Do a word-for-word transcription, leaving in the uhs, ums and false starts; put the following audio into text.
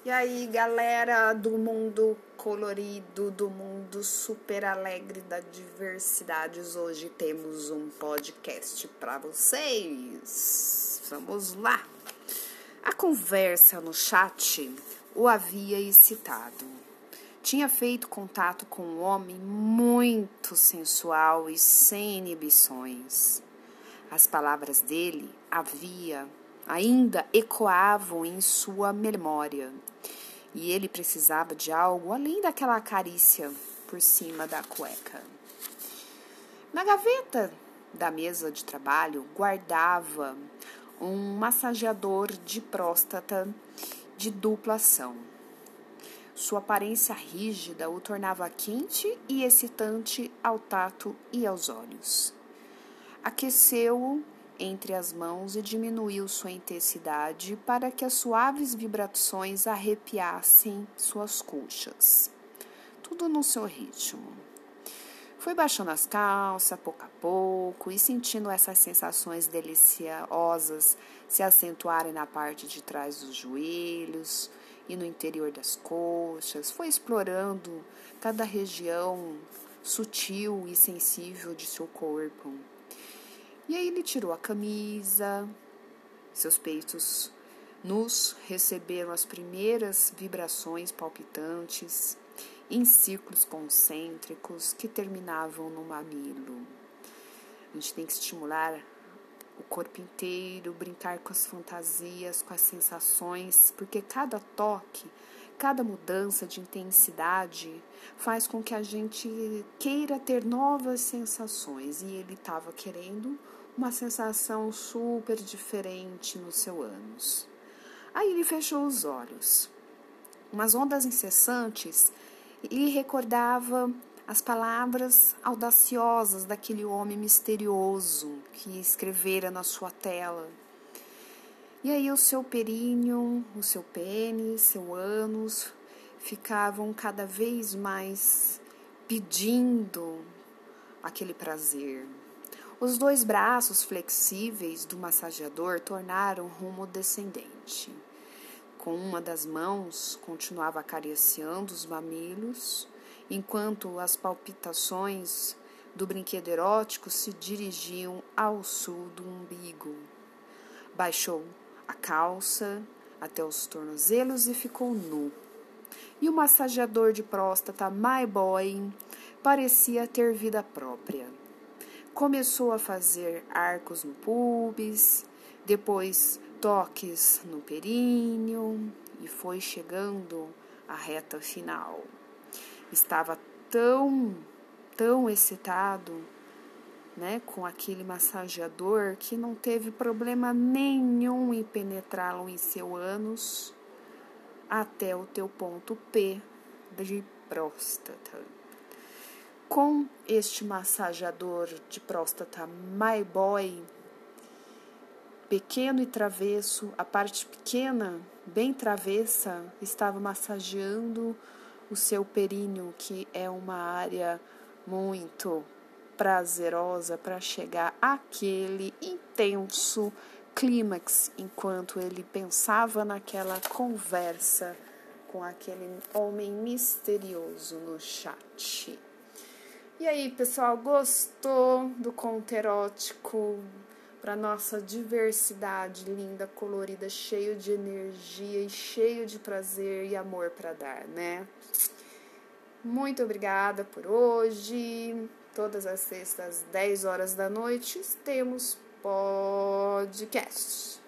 E aí, galera do mundo colorido, do mundo super alegre da diversidade, hoje temos um podcast para vocês. Vamos lá. A conversa no chat o havia excitado. Tinha feito contato com um homem muito sensual e sem inibições. As palavras dele havia, ainda ecoavam em sua memória. E ele precisava de algo além daquela carícia por cima da cueca. Na gaveta da mesa de trabalho guardava um massageador de próstata de dupla ação. Sua aparência rígida o tornava quente e excitante ao tato e aos olhos. Aqueceu-o entre as mãos e diminuiu sua intensidade para que as suaves vibrações arrepiassem suas coxas. Tudo no seu ritmo. Foi baixando as calças, pouco a pouco, e sentindo essas sensações deliciosas se acentuarem na parte de trás dos joelhos e no interior das coxas. Foi explorando cada região sutil e sensível de seu corpo. E aí ele tirou a camisa, seus peitos nus receberam as primeiras vibrações palpitantes em círculos concêntricos que terminavam no mamilo. A gente tem que estimular o corpo inteiro, brincar com as fantasias, com as sensações, porque cada toque, cada mudança de intensidade faz com que a gente queira ter novas sensações. E ele estava querendo uma sensação super diferente no seu ânus. Aí ele fechou os olhos. Umas ondas incessantes lhe recordava as palavras audaciosas daquele homem misterioso que escrevera na sua tela. E aí o seu períneo, o seu pênis, seu ânus ficavam cada vez mais pedindo aquele prazer. Os dois braços flexíveis do massageador tornaram rumo descendente. Com uma das mãos, continuava acariciando os mamilos, enquanto as palpitações do brinquedo erótico se dirigiam ao sul do umbigo. Baixou a calça até os tornozelos e ficou nu. E o massageador de próstata My Boy parecia ter vida própria. Começou a fazer arcos no púbis, depois toques no períneo e foi chegando à reta final. Estava tão, tão excitado, né, com aquele massageador que não teve problema nenhum em penetrá-lo em seu ânus até o teu ponto P de próstata. Com este massageador de próstata My Boy, pequeno e travesso, a parte pequena, bem travessa, estava massageando o seu períneo, que é uma área muito prazerosa para chegar àquele intenso clímax, enquanto ele pensava naquela conversa com aquele homem misterioso no chat. E aí, pessoal, gostou do conto erótico para nossa diversidade linda, colorida, cheio de energia e cheio de prazer e amor para dar, né? Muito obrigada por hoje. Todas as sextas, às dez horas da noite, temos podcast.